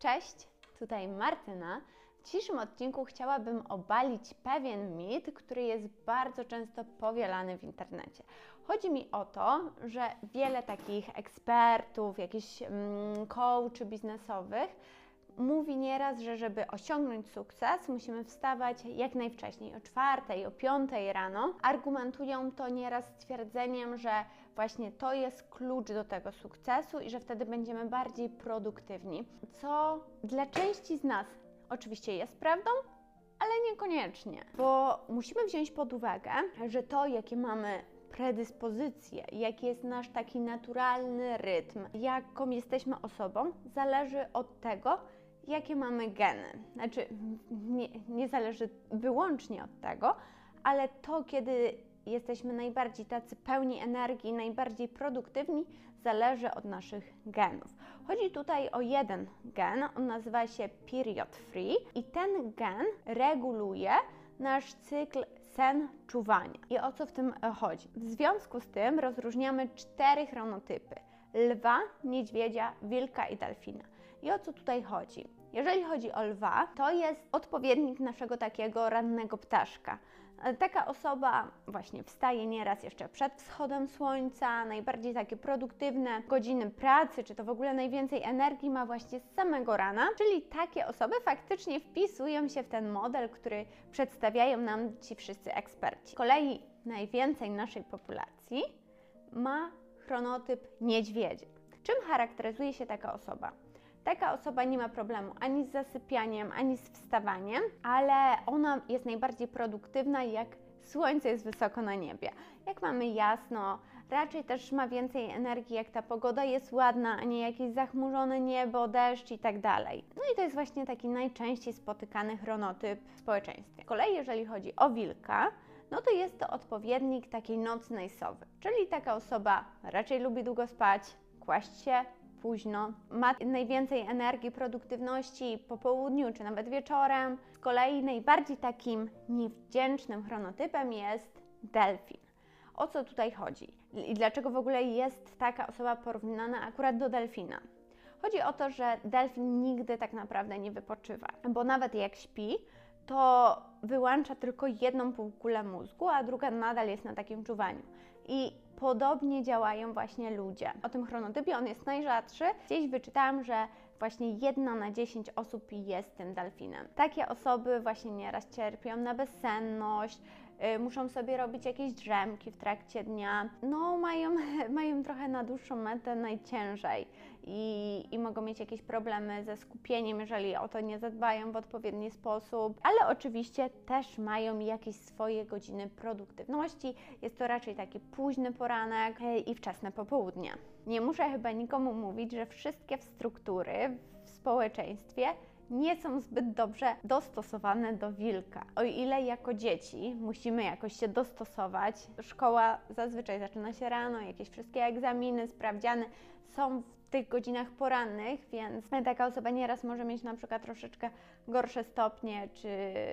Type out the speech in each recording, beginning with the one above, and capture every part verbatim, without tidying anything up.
Cześć, tutaj Martyna. W dzisiejszym odcinku chciałabym obalić pewien mit, który jest bardzo często powielany w internecie. Chodzi mi o to, że wiele takich ekspertów, jakichś mm, coachy biznesowych mówi nieraz, że żeby osiągnąć sukces, musimy wstawać jak najwcześniej, o czwartej, o piątej rano. Argumentują to nieraz stwierdzeniem, że właśnie to jest klucz do tego sukcesu i że wtedy będziemy bardziej produktywni, co dla części z nas oczywiście jest prawdą, ale niekoniecznie, bo musimy wziąć pod uwagę, że to, jakie mamy predyspozycje, jaki jest nasz taki naturalny rytm, jaką jesteśmy osobą, zależy od tego, jakie mamy geny. Znaczy, nie, nie zależy wyłącznie od tego, ale to, kiedy jesteśmy najbardziej tacy pełni energii, najbardziej produktywni, zależy od naszych genów. Chodzi tutaj o jeden gen, on nazywa się period free i ten gen reguluje nasz cykl sen-czuwania. I o co w tym chodzi? W związku z tym rozróżniamy cztery chronotypy: lwa, niedźwiedzia, wilka i delfina. I o co tutaj chodzi? Jeżeli chodzi o lwa, to jest odpowiednik naszego takiego rannego ptaszka. Taka osoba właśnie wstaje nieraz jeszcze przed wschodem słońca, najbardziej takie produktywne godziny pracy, czy to w ogóle najwięcej energii ma właśnie z samego rana, czyli takie osoby faktycznie wpisują się w ten model, który przedstawiają nam ci wszyscy eksperci. Z kolei najwięcej naszej populacji ma chronotyp niedźwiedzia. Czym charakteryzuje się taka osoba? Taka osoba nie ma problemu ani z zasypianiem, ani z wstawaniem, ale ona jest najbardziej produktywna, jak słońce jest wysoko na niebie. Jak mamy jasno, raczej też ma więcej energii, jak ta pogoda jest ładna, a nie jakieś zachmurzone niebo, deszcz i tak dalej. No i to jest właśnie taki najczęściej spotykany chronotyp w społeczeństwie. Z kolei jeżeli chodzi o wilka, no to jest to odpowiednik takiej nocnej sowy, czyli taka osoba raczej lubi długo spać, kłaść się późno, ma najwięcej energii, produktywności po południu czy nawet wieczorem. Z kolei najbardziej takim niewdzięcznym chronotypem jest delfin. O co tutaj chodzi? I dlaczego w ogóle jest taka osoba porównana akurat do delfina? Chodzi o to, że delfin nigdy tak naprawdę nie wypoczywa, bo nawet jak śpi, to wyłącza tylko jedną półkulę mózgu, a druga nadal jest na takim czuwaniu. I podobnie działają właśnie ludzie. O tym chronotypie, on jest najrzadszy. Gdzieś wyczytałam, że właśnie jedna na dziesięć osób jest tym delfinem. Takie osoby właśnie nieraz cierpią na bezsenność, yy, muszą sobie robić jakieś drzemki w trakcie dnia. No mają, mają trochę na dłuższą metę najciężej i, i mogą mieć jakieś problemy ze skupieniem, jeżeli o to nie zadbają w odpowiedni sposób. Ale oczywiście też mają jakieś swoje godziny produktywności. Jest to raczej taki późny poranek i wczesne popołudnie. Nie muszę chyba nikomu mówić, że wszystkie struktury w społeczeństwie nie są zbyt dobrze dostosowane do wilka. O ile jako dzieci musimy jakoś się dostosować, szkoła zazwyczaj zaczyna się rano, jakieś wszystkie egzaminy, sprawdziany są w tych godzinach porannych, więc taka osoba nieraz może mieć na przykład troszeczkę gorsze stopnie, czy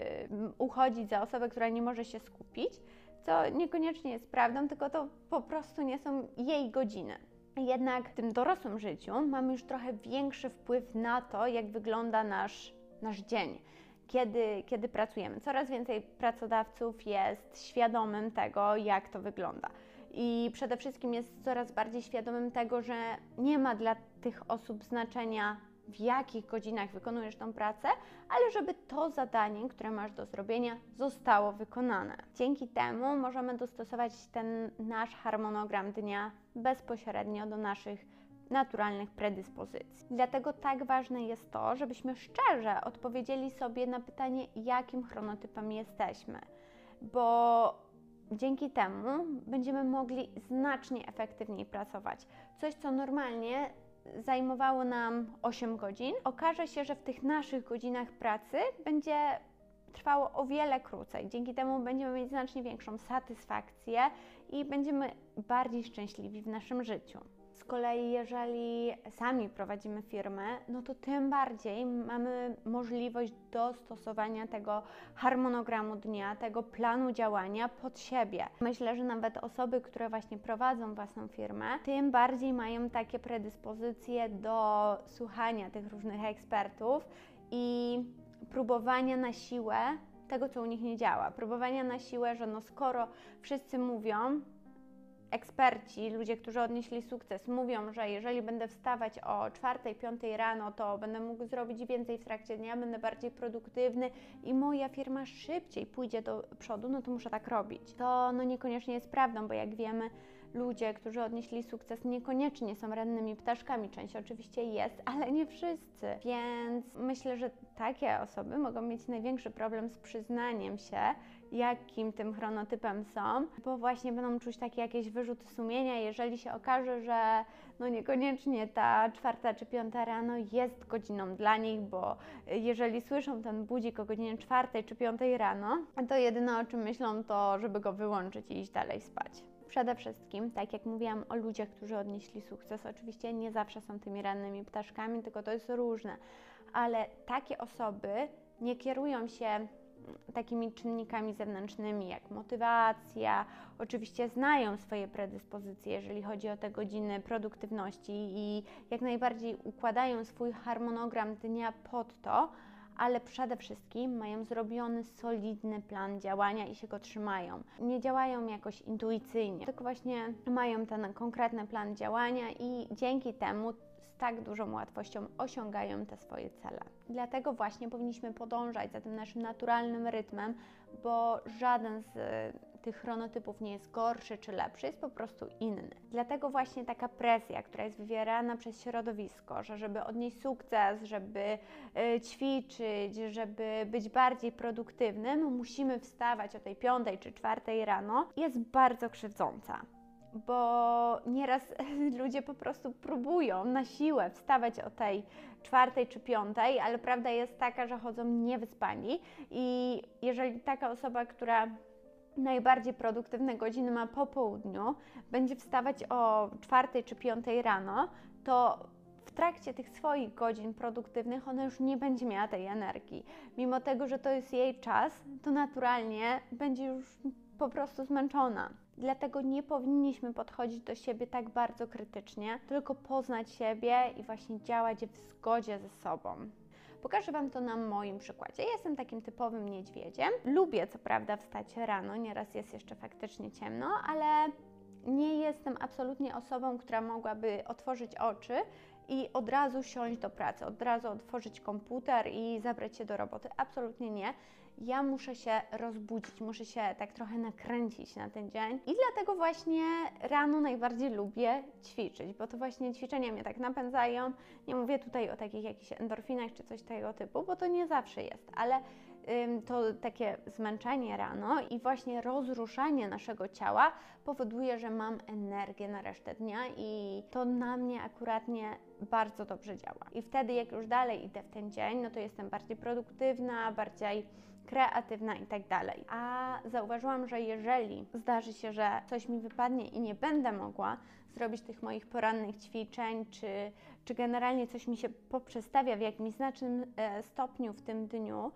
uchodzić za osobę, która nie może się skupić, co niekoniecznie jest prawdą, tylko to po prostu nie są jej godziny. Jednak w tym dorosłym życiu mamy już trochę większy wpływ na to, jak wygląda nasz, nasz dzień, kiedy, kiedy pracujemy. Coraz więcej pracodawców jest świadomym tego, jak to wygląda. I przede wszystkim jest coraz bardziej świadomym tego, że nie ma dla tych osób znaczenia, w jakich godzinach wykonujesz tą pracę, ale żeby to zadanie, które masz do zrobienia, zostało wykonane. Dzięki temu możemy dostosować ten nasz harmonogram dnia bezpośrednio do naszych naturalnych predyspozycji. Dlatego tak ważne jest to, żebyśmy szczerze odpowiedzieli sobie na pytanie, jakim chronotypem jesteśmy, bo dzięki temu będziemy mogli znacznie efektywniej pracować. Coś, co normalnie zajmowało nam osiem godzin, okaże się, że w tych naszych godzinach pracy będzie trwało o wiele krócej. Dzięki temu będziemy mieć znacznie większą satysfakcję i będziemy bardziej szczęśliwi w naszym życiu. Z kolei jeżeli sami prowadzimy firmę, no to tym bardziej mamy możliwość dostosowania tego harmonogramu dnia, tego planu działania pod siebie. Myślę, że nawet osoby, które właśnie prowadzą własną firmę, tym bardziej mają takie predyspozycje do słuchania tych różnych ekspertów i próbowania na siłę tego, co u nich nie działa. Próbowania na siłę, że no skoro wszyscy mówią, eksperci, ludzie, którzy odnieśli sukces, mówią, że jeżeli będę wstawać o czwartej, piątej rano, to będę mógł zrobić więcej w trakcie dnia, będę bardziej produktywny i moja firma szybciej pójdzie do przodu, no to muszę tak robić. To no niekoniecznie jest prawdą, bo jak wiemy, ludzie, którzy odnieśli sukces, niekoniecznie są rannymi ptaszkami. Część oczywiście jest, ale nie wszyscy. Więc myślę, że takie osoby mogą mieć największy problem z przyznaniem się, jakim tym chronotypem są, bo właśnie będą czuć takie jakieś wyrzuty sumienia, jeżeli się okaże, że no niekoniecznie ta czwarta czy piąta rano jest godziną dla nich, bo jeżeli słyszą ten budzik o godzinie czwartej czy piątej rano, to jedyne o czym myślą to, żeby go wyłączyć i iść dalej spać. Przede wszystkim, tak jak mówiłam o ludziach, którzy odnieśli sukces, oczywiście nie zawsze są tymi rannymi ptaszkami, tylko to jest różne, ale takie osoby nie kierują się takimi czynnikami zewnętrznymi jak motywacja, oczywiście znają swoje predyspozycje, jeżeli chodzi o te godziny produktywności i jak najbardziej układają swój harmonogram dnia pod to, ale przede wszystkim mają zrobiony solidny plan działania i się go trzymają. Nie działają jakoś intuicyjnie, tylko właśnie mają ten konkretny plan działania i dzięki temu z tak dużą łatwością osiągają te swoje cele. Dlatego właśnie powinniśmy podążać za tym naszym naturalnym rytmem, bo żaden z tych chronotypów nie jest gorszy czy lepszy, jest po prostu inny. Dlatego właśnie taka presja, która jest wywierana przez środowisko, że żeby odnieść sukces, żeby y, ćwiczyć, żeby być bardziej produktywnym, musimy wstawać o tej piątej czy czwartej rano, jest bardzo krzywdząca. Bo nieraz ludzie po prostu próbują na siłę wstawać o tej czwartej czy piątej, ale prawda jest taka, że chodzą niewyspani i jeżeli taka osoba, która najbardziej produktywne godziny ma po południu, będzie wstawać o czwartej czy piątej rano, to w trakcie tych swoich godzin produktywnych ona już nie będzie miała tej energii. Mimo tego, że to jest jej czas, to naturalnie będzie już po prostu zmęczona. Dlatego nie powinniśmy podchodzić do siebie tak bardzo krytycznie, tylko poznać siebie i właśnie działać w zgodzie ze sobą. Pokażę Wam to na moim przykładzie. Ja jestem takim typowym niedźwiedziem. Lubię co prawda wstać rano, nieraz jest jeszcze faktycznie ciemno, ale nie jestem absolutnie osobą, która mogłaby otworzyć oczy i od razu siąść do pracy, od razu otworzyć komputer i zabrać się do roboty. Absolutnie nie. Ja muszę się rozbudzić, muszę się tak trochę nakręcić na ten dzień i dlatego właśnie rano najbardziej lubię ćwiczyć, bo to właśnie ćwiczenia mnie tak napędzają. Nie mówię tutaj o takich jakichś endorfinach czy coś tego typu, bo to nie zawsze jest, ale ym, to takie zmęczenie rano i właśnie rozruszanie naszego ciała powoduje, że mam energię na resztę dnia i to na mnie akuratnie bardzo dobrze działa. I wtedy jak już dalej idę w ten dzień, no to jestem bardziej produktywna, bardziej kreatywna i tak dalej. A zauważyłam, że jeżeli zdarzy się, że coś mi wypadnie i nie będę mogła zrobić tych moich porannych ćwiczeń, czy, czy generalnie coś mi się poprzestawia w jakimś znacznym e, stopniu w tym dniu,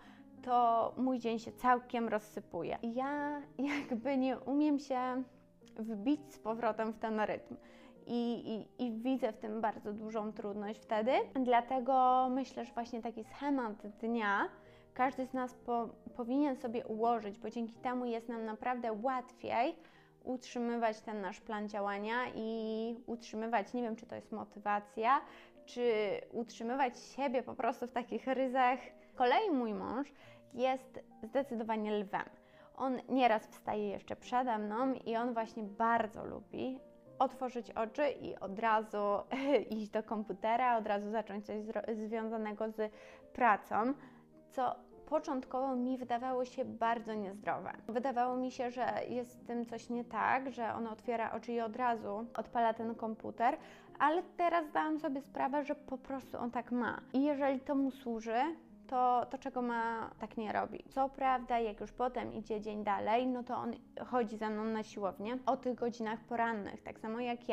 to mój dzień się całkiem rozsypuje. Ja jakby nie umiem się wbić z powrotem w ten rytm. I, i, I widzę w tym bardzo dużą trudność wtedy. Dlatego myślę, że właśnie taki schemat dnia każdy z nas po, powinien sobie ułożyć, bo dzięki temu jest nam naprawdę łatwiej utrzymywać ten nasz plan działania i utrzymywać, nie wiem, czy to jest motywacja, czy utrzymywać siebie po prostu w takich ryzach. Z kolei mój mąż jest zdecydowanie lwem. On nieraz wstaje jeszcze przede mną i on właśnie bardzo lubi otworzyć oczy i od razu iść do komputera, od razu zacząć coś związanego z pracą, co początkowo mi wydawało się bardzo niezdrowe. Wydawało mi się, że jest z tym coś nie tak, że on otwiera oczy i od razu odpala ten komputer, ale teraz zdałam sobie sprawę, że po prostu on tak ma. I jeżeli to mu służy, to, to czego ma, tak nie robi. Co prawda, jak już potem idzie dzień dalej, no to on chodzi ze mną na siłownię o tych godzinach porannych, tak samo jak ja.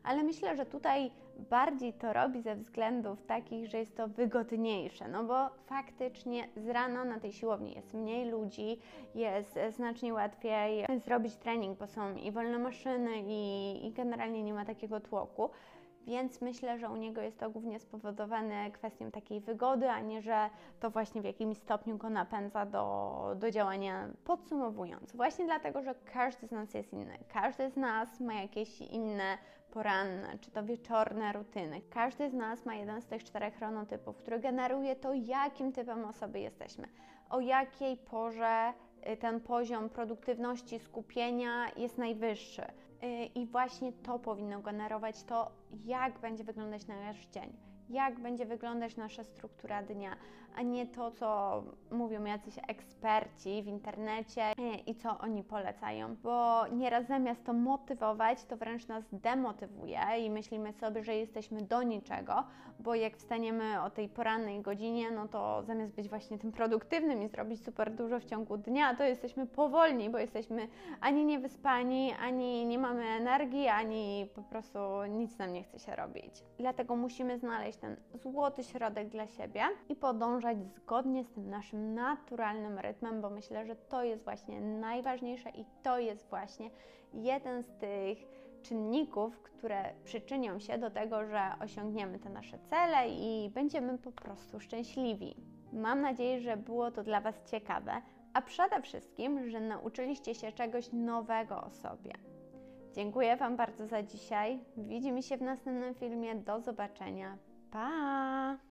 ale myślę, że tutaj bardziej to robi ze względów takich, że jest to wygodniejsze, no bo faktycznie z rana na tej siłowni jest mniej ludzi, jest znacznie łatwiej zrobić trening, bo są i wolne maszyny i, i generalnie nie ma takiego tłoku. Więc myślę, że u niego jest to głównie spowodowane kwestią takiej wygody, a nie, że to właśnie w jakimś stopniu go napędza do, do działania. Podsumowując, właśnie dlatego, że każdy z nas jest inny, każdy z nas ma jakieś inne poranne, czy to wieczorne rutyny. Każdy z nas ma jeden z tych czterech chronotypów, który generuje to, jakim typem osoby jesteśmy, o jakiej porze ten poziom produktywności, skupienia jest najwyższy. I właśnie to powinno generować to, jak będzie wyglądać nasz dzień, jak będzie wyglądać nasza struktura dnia, a nie to, co mówią jacyś eksperci w internecie i co oni polecają, bo nieraz zamiast to motywować, to wręcz nas demotywuje i myślimy sobie, że jesteśmy do niczego, bo jak wstaniemy o tej porannej godzinie, no to zamiast być właśnie tym produktywnym i zrobić super dużo w ciągu dnia, to jesteśmy powolni, bo jesteśmy ani niewyspani, ani nie mamy energii, ani po prostu nic nam nie chce się robić. Dlatego musimy znaleźć ten złoty środek dla siebie i podążać zgodnie z tym naszym naturalnym rytmem, bo myślę, że to jest właśnie najważniejsze i to jest właśnie jeden z tych czynników, które przyczynią się do tego, że osiągniemy te nasze cele i będziemy po prostu szczęśliwi. Mam nadzieję, że było to dla Was ciekawe, a przede wszystkim, że nauczyliście się czegoś nowego o sobie. Dziękuję Wam bardzo za dzisiaj. Widzimy się w następnym filmie. Do zobaczenia. Pa!